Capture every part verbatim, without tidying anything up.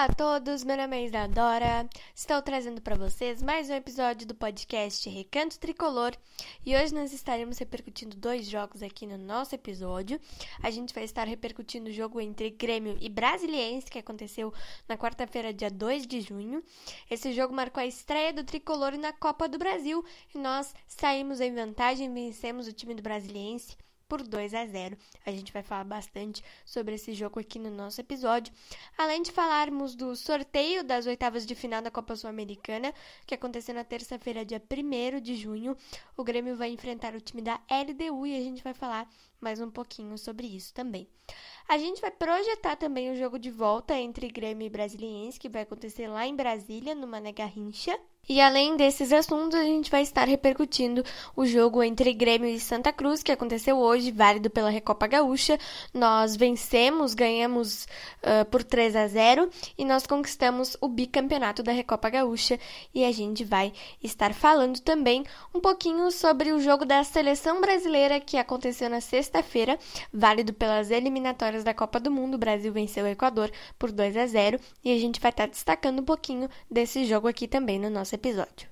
Olá a todos, meu nome é Isadora, estou trazendo para vocês mais um episódio do podcast Recanto Tricolor e hoje nós estaremos repercutindo dois jogos aqui no nosso episódio. A gente vai estar repercutindo o jogo entre Grêmio e Brasiliense, que aconteceu na quarta-feira, dia dois de junho. Esse jogo marcou a estreia do Tricolor na Copa do Brasil e nós saímos em vantagem e vencemos o time do Brasiliense por dois a zero. A gente vai falar bastante sobre esse jogo aqui no nosso episódio, além de falarmos do sorteio das oitavas de final da Copa Sul-Americana, que aconteceu na terça-feira, dia primeiro de junho. O Grêmio vai enfrentar o time da L D U e a gente vai falar mais um pouquinho sobre isso também. A gente vai projetar também o jogo de volta entre Grêmio e Brasiliense, que vai acontecer lá em Brasília, no Mané Garrincha. E além desses assuntos, a gente vai estar repercutindo o jogo entre Grêmio e Santa Cruz, que aconteceu hoje, válido pela Recopa Gaúcha. Nós vencemos, ganhamos uh, por três a zero e nós conquistamos o bicampeonato da Recopa Gaúcha. E a gente vai estar falando também um pouquinho sobre o jogo da Seleção Brasileira, que aconteceu na sexta-feira, válido pelas eliminatórias da Copa do Mundo. O Brasil venceu o Equador por dois a zero e a gente vai estar destacando um pouquinho desse jogo aqui também no nosso episódio.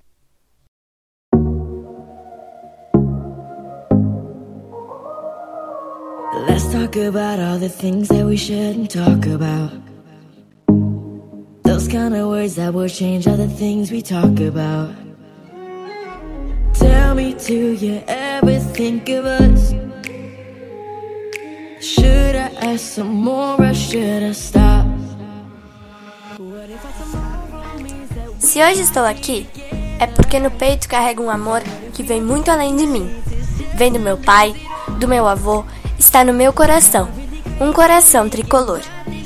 Let's talk about all the things that we shouldn't talk about. Those kind of words that will change all the things we talk about. Tell me, do you ever think of us? Should I ask some more or should I stop? What if I tomorrow means that we... Se hoje estou aqui, é porque no peito carrego um amor que vem muito além de mim. Vem do meu pai, do meu avô, está no meu coração. Um coração tricolor.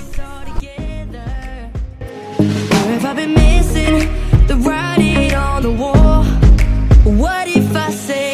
Or if I've been missing the writing on the wall? What if I say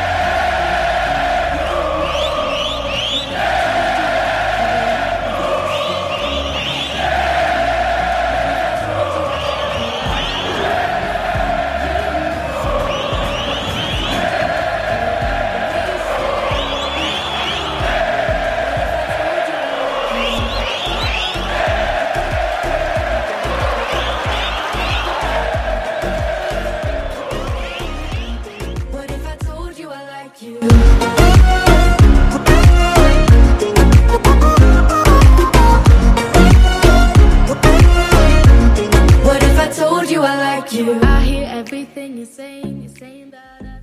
you? I hear everything you're saying, you're saying that us.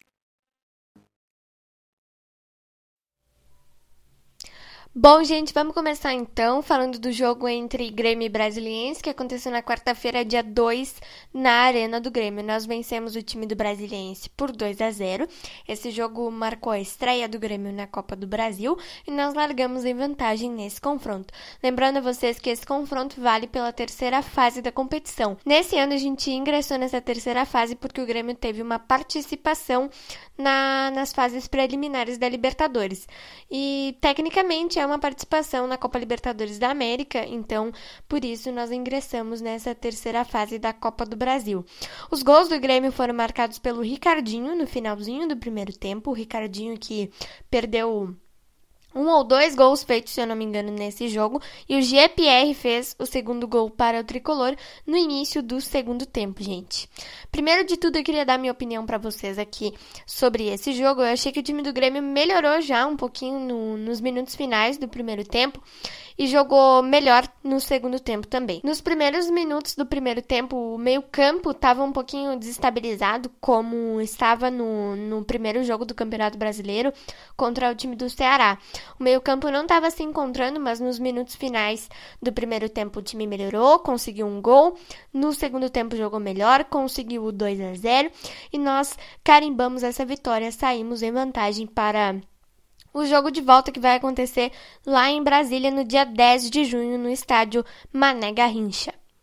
Bom, gente, vamos começar então falando do jogo entre Grêmio e Brasiliense, que aconteceu na quarta-feira, dia dois, na Arena do Grêmio. Nós vencemos o time do Brasiliense por dois a zero. Esse jogo marcou a estreia do Grêmio na Copa do Brasil e nós largamos em vantagem nesse confronto. Lembrando a vocês que esse confronto vale pela terceira fase da competição. Nesse ano a gente ingressou nessa terceira fase porque o Grêmio teve uma participação na, nas fases preliminares da Libertadores. E, tecnicamente, é uma participação na Copa Libertadores da América, então, por isso, nós ingressamos nessa terceira fase da Copa do Brasil. Os gols do Grêmio foram marcados pelo Ricardinho no finalzinho do primeiro tempo, o Ricardinho que perdeu um ou dois gols feitos, se eu não me engano, nesse jogo, e o G P R fez o segundo gol para o Tricolor no início do segundo tempo, gente. Primeiro de tudo, eu queria dar minha opinião para vocês aqui sobre esse jogo. Eu achei que o time do Grêmio melhorou já um pouquinho no, nos minutos finais do primeiro tempo e jogou melhor no segundo tempo também. Nos primeiros minutos do primeiro tempo, o meio-campo estava um pouquinho desestabilizado, como estava no, no primeiro jogo do Campeonato Brasileiro contra o time do Ceará. O meio-campo não estava se encontrando, mas nos minutos finais do primeiro tempo o time melhorou, conseguiu um gol. No segundo tempo jogou melhor, conseguiu o dois a zero e nós carimbamos essa vitória, saímos em vantagem para o jogo de volta que vai acontecer lá em Brasília no dia dez de junho no estádio Mané Garrincha.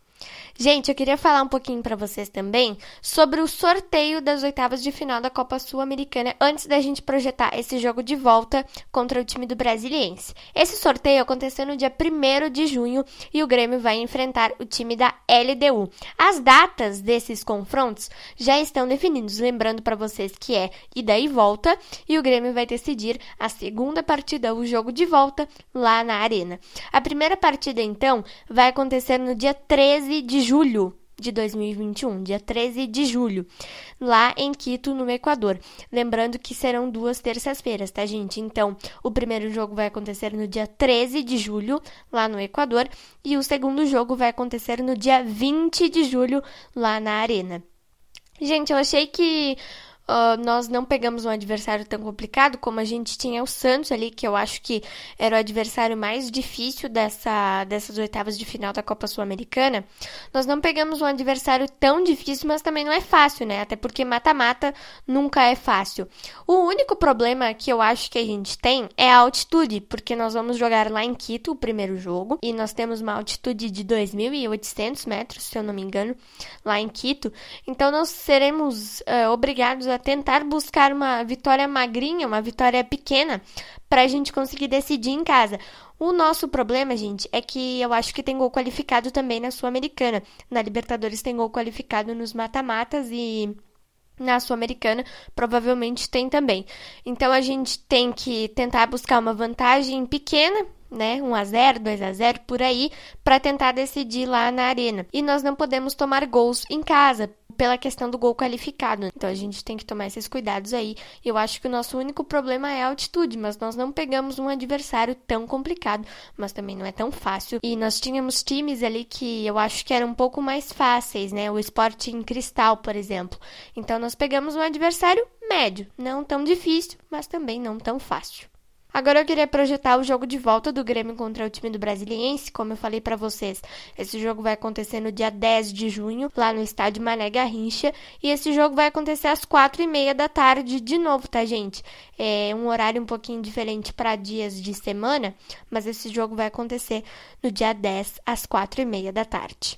Gente, eu queria falar um pouquinho para vocês também sobre o sorteio das oitavas de final da Copa Sul-Americana antes da gente projetar esse jogo de volta contra o time do Brasiliense. Esse sorteio aconteceu no dia primeiro de junho e o Grêmio vai enfrentar o time da L D U. As datas desses confrontos já estão definidos, lembrando para vocês que é ida e volta, e o Grêmio vai decidir a segunda partida, o jogo de volta, lá na Arena. A primeira partida, então, vai acontecer no dia treze de julho de dois mil e vinte e um, dia treze de julho, lá em Quito, no Equador. Lembrando que serão duas terças-feiras, tá, gente? Então, o primeiro jogo vai acontecer no dia treze de julho, lá no Equador, e o segundo jogo vai acontecer no dia vinte de julho, lá na Arena. Gente, eu achei que Uh, nós não pegamos um adversário tão complicado como a gente tinha o Santos ali, que eu acho que era o adversário mais difícil dessa, dessas oitavas de final da Copa Sul-Americana. Nós não pegamos um adversário tão difícil, mas também não é fácil, né? Até porque mata-mata nunca é fácil. O único problema que eu acho que a gente tem é a altitude, porque nós vamos jogar lá em Quito o primeiro jogo, e nós temos uma altitude de dois mil e oitocentos metros, se eu não me engano, lá em Quito. Então nós seremos uh, obrigados a tentar buscar uma vitória magrinha, uma vitória pequena, para a gente conseguir decidir em casa. O nosso problema, gente, é que eu acho que tem gol qualificado também na Sul-Americana. Na Libertadores tem gol qualificado nos mata-matas e na Sul-Americana provavelmente tem também. Então a gente tem que tentar buscar uma vantagem pequena, né, um a zero, dois a zero, por aí, para tentar decidir lá na Arena. E nós não podemos tomar gols em casa, pela questão do gol qualificado. Então, a gente tem que tomar esses cuidados aí. Eu acho que o nosso único problema é a altitude, mas nós não pegamos um adversário tão complicado, mas também não é tão fácil. E nós tínhamos times ali que eu acho que eram um pouco mais fáceis, né? O Sporting Cristal, por exemplo. Então, nós pegamos um adversário médio, não tão difícil, mas também não tão fácil. Agora eu queria projetar o jogo de volta do Grêmio contra o time do Brasiliense, como eu falei pra vocês. Esse jogo vai acontecer no dia dez de junho, lá no estádio Mané Garrincha, e esse jogo vai acontecer às quatro e meia da tarde de novo, tá, gente? É um horário um pouquinho diferente para dias de semana, mas esse jogo vai acontecer no dia dez, às quatro e meia da tarde.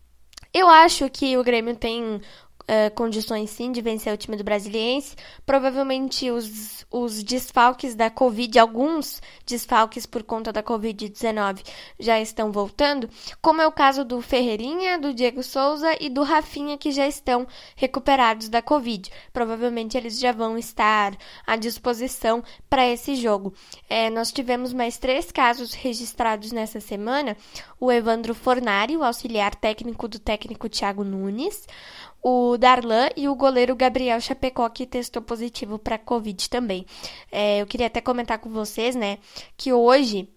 Eu acho que o Grêmio tem Uh, condições sim de vencer o time do Brasiliense. Provavelmente os, os desfalques da Covid, alguns desfalques por conta da covid dezenove já estão voltando, como é o caso do Ferreirinha, do Diego Souza e do Rafinha, que já estão recuperados da Covid. Provavelmente eles já vão estar à disposição para esse jogo. É, nós tivemos mais três casos registrados nessa semana: o Evandro Fornari, o auxiliar técnico do técnico Thiago Nunes, o Darlan e o goleiro Gabriel Chapecó, que testou positivo para Covid também. É, eu queria até comentar com vocês, né, que hoje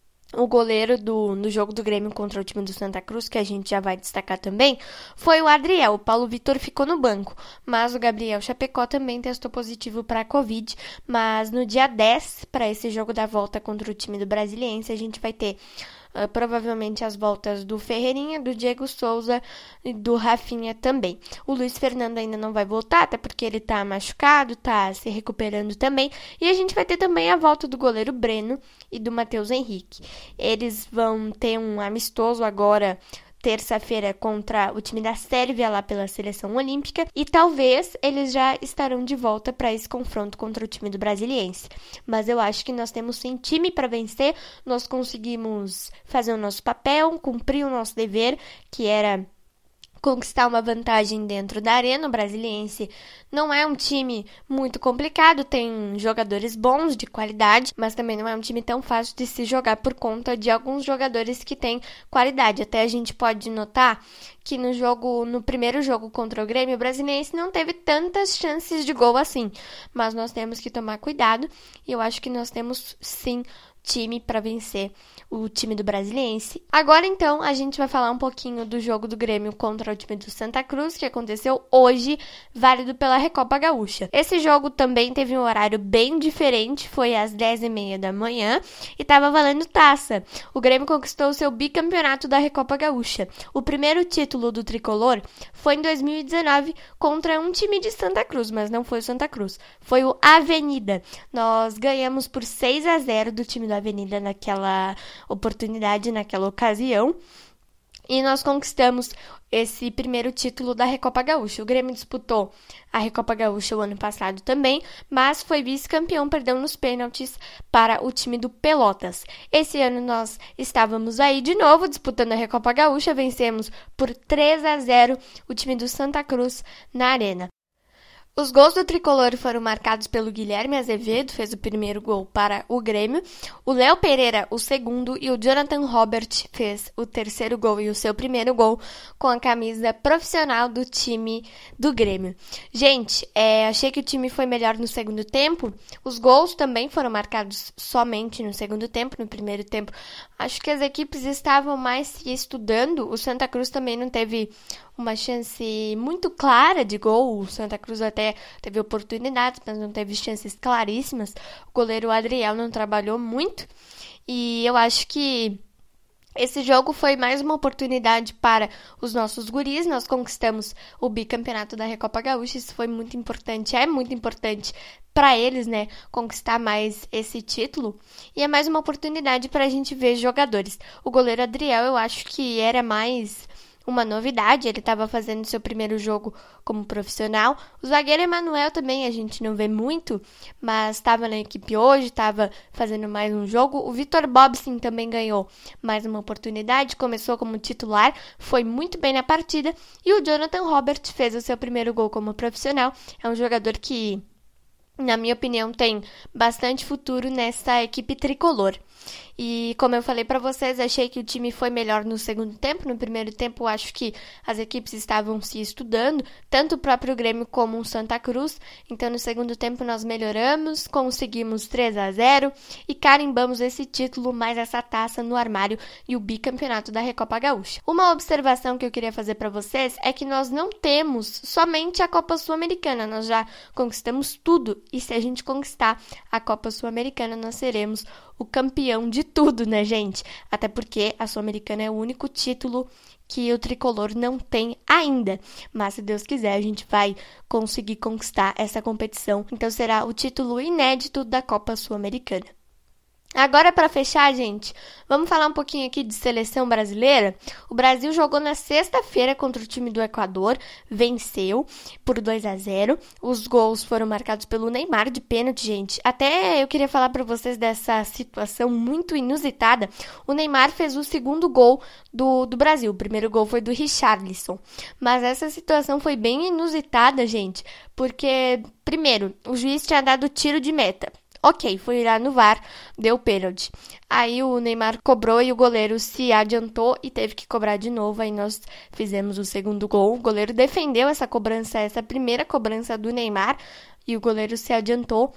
o goleiro do, no jogo do Grêmio contra o time do Santa Cruz, que a gente já vai destacar também, foi o Adriel. O Paulo Vitor ficou no banco, mas o Gabriel Chapecó também testou positivo para Covid. Mas no dia dez, para esse jogo da volta contra o time do Brasiliense, a gente vai ter Uh, provavelmente as voltas do Ferreirinha, do Diego Souza e do Rafinha também. O Luiz Fernando ainda não vai voltar, até porque ele tá machucado, tá se recuperando também. E a gente vai ter também a volta do goleiro Breno e do Matheus Henrique. Eles vão ter um amistoso agora, terça-feira, contra o time da Sérvia lá pela Seleção Olímpica, e talvez eles já estarão de volta para esse confronto contra o time do Brasiliense. Mas eu acho que nós temos sim time para vencer, nós conseguimos fazer o nosso papel, cumprir o nosso dever, que era conquistar uma vantagem dentro da Arena. O Brasiliense não é um time muito complicado, tem jogadores bons, de qualidade, mas também não é um time tão fácil de se jogar por conta de alguns jogadores que têm qualidade. Até a gente pode notar que no jogo, no primeiro jogo contra o Grêmio, o Brasiliense não teve tantas chances de gol assim, mas nós temos que tomar cuidado, e eu acho que nós temos sim time para vencer o time do Brasiliense. Agora, então, a gente vai falar um pouquinho do jogo do Grêmio contra o time do Santa Cruz, que aconteceu hoje, válido pela Recopa Gaúcha. Esse jogo também teve um horário bem diferente, foi às dez e meia da manhã, e estava valendo taça. O Grêmio conquistou o seu bicampeonato da Recopa Gaúcha. O primeiro título do Tricolor foi em dois mil e dezenove contra um time de Santa Cruz, mas não foi o Santa Cruz, foi o Avenida. Nós ganhamos por seis a zero do time da Avenida naquela oportunidade, naquela ocasião. E nós conquistamos esse primeiro título da Recopa Gaúcha. O Grêmio disputou a Recopa Gaúcha o ano passado também, mas foi vice-campeão, perdeu nos pênaltis para o time do Pelotas. Esse ano nós estávamos aí de novo disputando a Recopa Gaúcha, vencemos por três a zero o time do Santa Cruz na Arena. Os gols do tricolor foram marcados pelo Guilherme Azevedo, fez o primeiro gol para o Grêmio, o Léo Pereira o segundo e o Jonathan Robert fez o terceiro gol e o seu primeiro gol com a camisa profissional do time do Grêmio. Gente, é, achei que o time foi melhor no segundo tempo, os gols também foram marcados somente no segundo tempo, no primeiro tempo acho que as equipes estavam mais se estudando, o Santa Cruz também não teve uma chance muito clara de gol, o Santa Cruz até teve oportunidades, mas não teve chances claríssimas, o goleiro Adriel não trabalhou muito, e eu acho que esse jogo foi mais uma oportunidade para os nossos guris, nós conquistamos o bicampeonato da Recopa Gaúcha, isso foi muito importante, é muito importante para eles, né, conquistar mais esse título, e é mais uma oportunidade para a gente ver jogadores. O goleiro Adriel, eu acho que era mais uma novidade, ele estava fazendo seu primeiro jogo como profissional. O zagueiro Emanuel também a gente não vê muito, mas estava na equipe hoje, estava fazendo mais um jogo. O Vitor Bobsin também ganhou mais uma oportunidade, começou como titular, foi muito bem na partida. E o Jonathan Robert fez o seu primeiro gol como profissional. É um jogador que, na minha opinião, tem bastante futuro nessa equipe tricolor. E como eu falei para vocês, achei que o time foi melhor no segundo tempo. No primeiro tempo, acho que as equipes estavam se estudando, tanto o próprio Grêmio como o Santa Cruz. Então, no segundo tempo, nós melhoramos, conseguimos três a zero e carimbamos esse título, mais essa taça no armário e o bicampeonato da Recopa Gaúcha. Uma observação que eu queria fazer para vocês é que nós não temos somente a Copa Sul-Americana, nós já conquistamos tudo. E se a gente conquistar a Copa Sul-Americana, nós seremos o campeão de tudo, né, gente? Até porque a Sul-Americana é o único título que o tricolor não tem ainda. Mas, se Deus quiser, a gente vai conseguir conquistar essa competição. Então, será o título inédito da Copa Sul-Americana. Agora, para fechar, gente, vamos falar um pouquinho aqui de seleção brasileira. O Brasil jogou na sexta-feira contra o time do Equador, venceu por dois a zero. Os gols foram marcados pelo Neymar de pênalti, gente. Até eu queria falar para vocês dessa situação muito inusitada. O Neymar fez o segundo gol do, do Brasil. O primeiro gol foi do Richarlison. Mas essa situação foi bem inusitada, gente, porque, primeiro, o juiz tinha dado tiro de meta. Ok, foi lá no V A R, deu pênalti. Aí o Neymar cobrou e o goleiro se adiantou e teve que cobrar de novo. Aí nós fizemos o segundo gol. O goleiro defendeu essa cobrança, essa primeira cobrança do Neymar, e o goleiro se adiantou,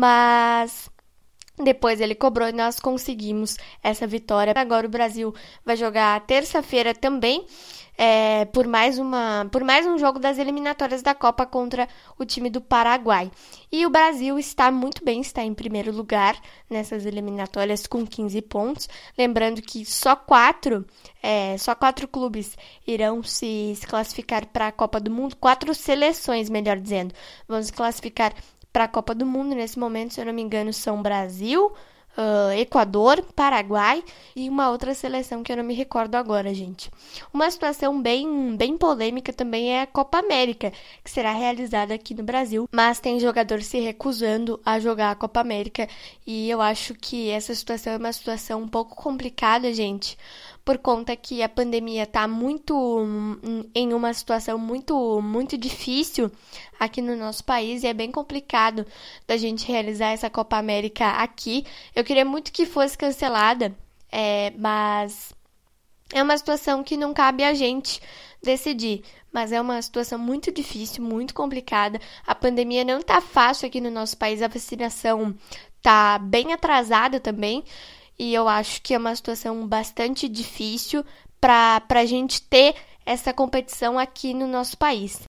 mas depois ele cobrou e nós conseguimos essa vitória. Agora o Brasil vai jogar terça-feira também, É, por, mais uma, por mais um jogo das eliminatórias da Copa contra o time do Paraguai. E o Brasil está muito bem, está em primeiro lugar nessas eliminatórias com quinze pontos. Lembrando que só quatro, é, só quatro clubes irão se, se classificar para a Copa do Mundo, quatro seleções, melhor dizendo, vão se classificar para a Copa do Mundo. Nesse momento, se eu não me engano, são Brasil, Uh, Equador, Paraguai e uma outra seleção que eu não me recordo agora, gente. Uma situação bem, bem polêmica também é a Copa América, que será realizada aqui no Brasil, mas tem jogador se recusando a jogar a Copa América, e eu acho que essa situação é uma situação um pouco complicada, gente, por conta que a pandemia está muito em uma situação muito, muito difícil aqui no nosso país, e é bem complicado da gente realizar essa Copa América aqui. Eu queria muito que fosse cancelada, é, mas é uma situação que não cabe a gente decidir, mas é uma situação muito difícil, muito complicada. A pandemia não tá fácil aqui no nosso país, a vacinação tá bem atrasada também, e eu acho que é uma situação bastante difícil para a gente ter essa competição aqui no nosso país.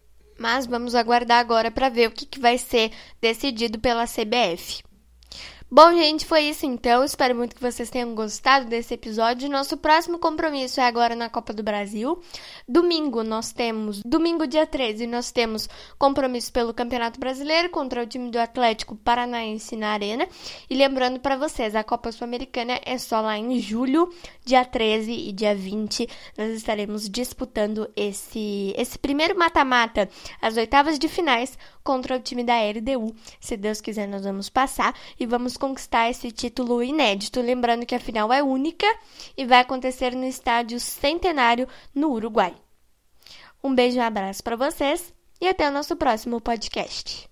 Mas vamos aguardar agora para ver o que, que vai ser decidido pela C B F. Bom, gente, foi isso então. Espero muito que vocês tenham gostado desse episódio. Nosso próximo compromisso é agora na Copa do Brasil. Domingo nós temos, domingo dia treze, nós temos compromisso pelo Campeonato Brasileiro contra o time do Atlético Paranaense na Arena. E lembrando para vocês, a Copa Sul-Americana é só lá em julho, dia treze e dia vinte. Nós estaremos disputando esse, esse primeiro mata-mata, as oitavas de finais, contra o time da L D U. Se Deus quiser, nós vamos passar e vamos conquistar esse título inédito. Lembrando que a final é única e vai acontecer no Estádio Centenário, no Uruguai. Um beijo e um abraço para vocês e até o nosso próximo podcast.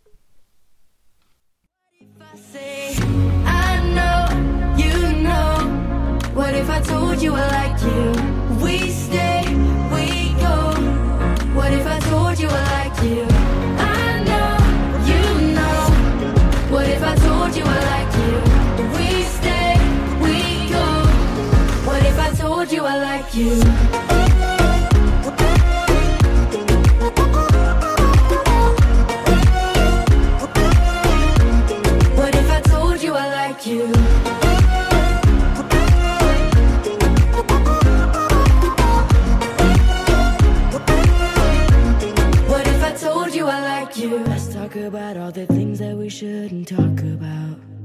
What if I told you I like you? We stay, we go. What if I told you I like you? I know, you know. What if I told you I like you? We stay, we go. What if I told you I like you? What if I told you I like you? Let's talk about all the things that we shouldn't talk about.